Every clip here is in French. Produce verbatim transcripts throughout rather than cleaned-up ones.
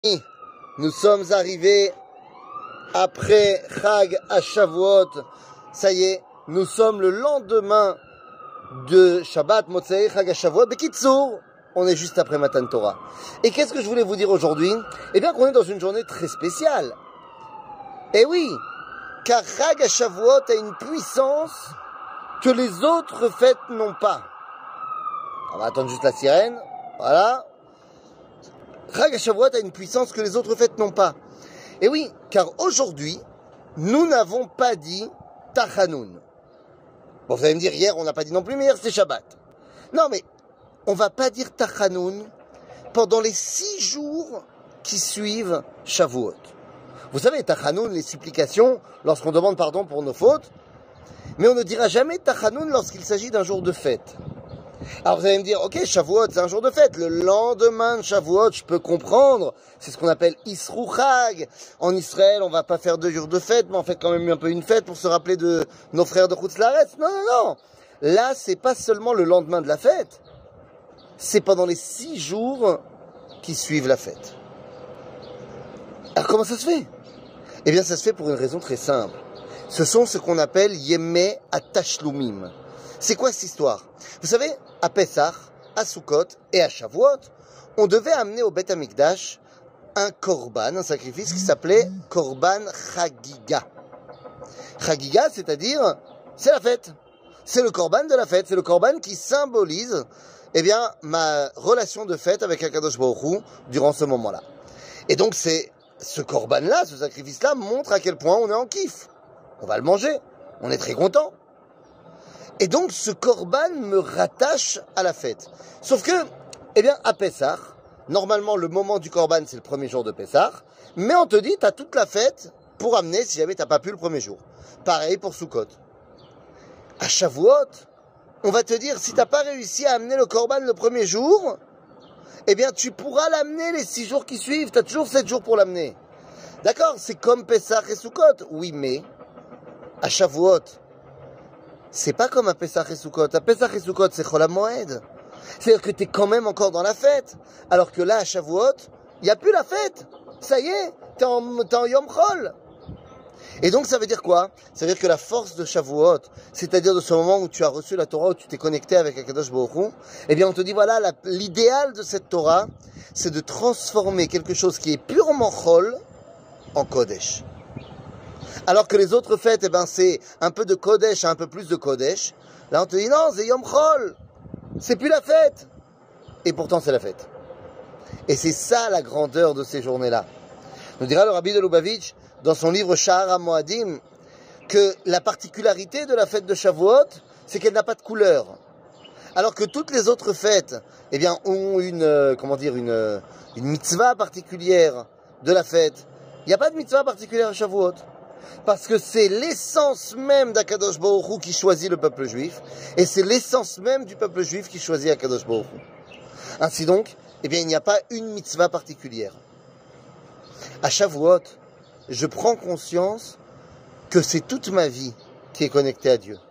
Nous sommes arrivés après Chag à Shavuot. Ça y est, nous sommes le lendemain de Shabbat, Motzei, Chag à Shavuot. Bekitsour, on est juste après Matan Torah. Et qu'est-ce que je voulais vous dire aujourd'hui? Eh bien qu'on est dans une journée très spéciale. Eh oui, car Chag à Shavuot a une puissance que les autres fêtes n'ont pas. On va attendre juste la sirène. Voilà. Chag à Shavuot a une puissance que les autres fêtes n'ont pas. Et oui, car aujourd'hui, nous n'avons pas dit Tachanoun. Bon, vous allez me dire, hier, on n'a pas dit non plus, mais hier, c'est Shabbat. Non, mais on va pas dire Tachanoun pendant les six jours qui suivent Shavuot. Vous savez, Tachanoun, les supplications, lorsqu'on demande pardon pour nos fautes, mais on ne dira jamais Tachanoun lorsqu'il s'agit d'un jour de fête. Alors vous allez me dire, ok, Shavuot, c'est un jour de fête. Le lendemain de Shavuot, je peux comprendre. C'est ce qu'on appelle Isru Chag. En Israël, on va pas faire deux jours de fête, mais on fait quand même un peu une fête pour se rappeler de nos frères de Chutz La'aretz. Non, non, non. Là, c'est pas seulement le lendemain de la fête. C'est pendant les six jours qui suivent la fête. Alors comment ça se fait? Eh bien, ça se fait pour une raison très simple. Ce sont ce qu'on appelle Yemei HaTashlumim. C'est quoi cette histoire? Vous savez, à Pessah, à Sukkot et à Shavuot, on devait amener au Beth Amikdash un korban, un sacrifice qui s'appelait korban chagiga. Chagiga, c'est-à-dire, c'est la fête. C'est le korban de la fête. C'est le korban qui symbolise, eh bien, ma relation de fête avec Akadosh Baruch Hu durant ce moment-là. Et donc, c'est ce korban-là, ce sacrifice-là, montre à quel point on est en kiff. On va le manger. On est très content. Et donc, ce korban me rattache à la fête. Sauf que, eh bien, à Pessah, normalement, le moment du korban, c'est le premier jour de Pessah, mais on te dit, tu as toute la fête pour amener si jamais tu n'as pas pu le premier jour. Pareil pour Sukkot. À Shavuot, on va te dire, si tu n'as pas réussi à amener le korban le premier jour, eh bien, tu pourras l'amener les six jours qui suivent. Tu as toujours sept jours pour l'amener. D'accord? C'est comme Pessah et Sukkot. Oui, mais à Shavuot, c'est pas comme à Pessah et Sukkot. À Pessah et Sukkot, c'est Chol HaMoed. C'est-à-dire que tu es quand même encore dans la fête. Alors que là, à Shavuot, il n'y a plus la fête. Ça y est, tu es en, t'es en Yom Chol. Et donc, ça veut dire quoi? Ça veut dire que la force de Shavuot, c'est-à-dire de ce moment où tu as reçu la Torah, où tu t'es connecté avec Akadosh Baruch Hu, eh bien, on te dit, voilà, la, l'idéal de cette Torah, c'est de transformer quelque chose qui est purement Chol en Kodesh. Alors que les autres fêtes, eh ben, c'est un peu de Kodesh, un peu plus de Kodesh. Là, on te dit, non, c'est Yom Chol. C'est plus la fête. Et pourtant, c'est la fête. Et c'est ça la grandeur de ces journées-là. Nous dira le Rabbi de Lubavitch, dans son livre Sha'ar HaMoadim, que la particularité de la fête de Shavuot, c'est qu'elle n'a pas de couleur. Alors que toutes les autres fêtes, eh bien, ont une, euh, comment dire, une, euh, une mitzvah particulière de la fête. Il n'y a pas de mitzvah particulière à Shavuot. Parce que c'est l'essence même d'Akadosh Baruch Hu qui choisit le peuple juif, et c'est l'essence même du peuple juif qui choisit Akadosh Baruch Hu. Ainsi donc, eh bien, il n'y a pas une mitzvah particulière. À Shavuot, je prends conscience que c'est toute ma vie qui est connectée à Dieu.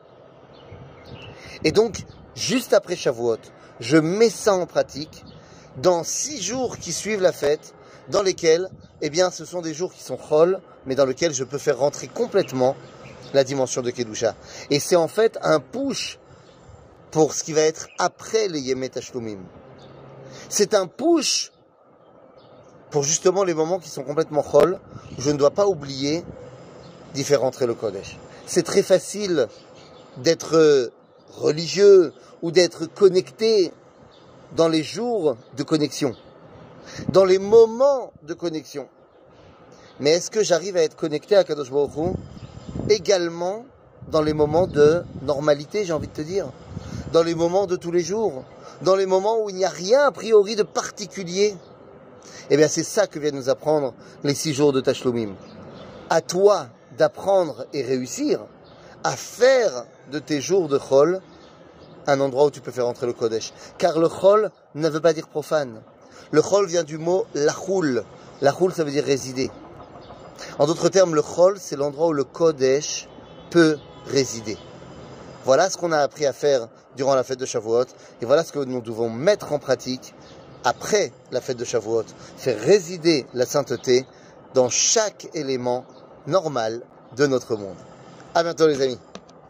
Et donc, juste après Shavuot, je mets ça en pratique dans six jours qui suivent la fête, dans lesquels, eh bien, ce sont des jours qui sont chol, mais dans lesquels je peux faire rentrer complètement la dimension de Kedusha. Et c'est en fait un push pour ce qui va être après les Yemei Tashlumim. C'est un push pour justement les moments qui sont complètement chol, où je ne dois pas oublier d'y faire rentrer le Kodesh. C'est très facile d'être religieux ou d'être connecté dans les jours de connexion, dans les moments de connexion. Mais est-ce que j'arrive à être connecté à Kadosh Baruch Hu également dans les moments de normalité, j'ai envie de te dire, dans les moments de tous les jours, dans les moments où il n'y a rien a priori de particulier? Eh bien, c'est ça que viennent nous apprendre les six jours de Tashlumim. À toi d'apprendre et réussir à faire de tes jours de Chol un endroit où tu peux faire entrer le Kodesh. Car le Chol ne veut pas dire profane. Le Chol vient du mot Lachul. Lachul, ça veut dire résider. En d'autres termes, le Chol, c'est l'endroit où le Kodesh peut résider. Voilà ce qu'on a appris à faire durant la fête de Shavuot. Et voilà ce que nous devons mettre en pratique après la fête de Shavuot, faire résider la sainteté dans chaque élément normal de notre monde. À bientôt les amis.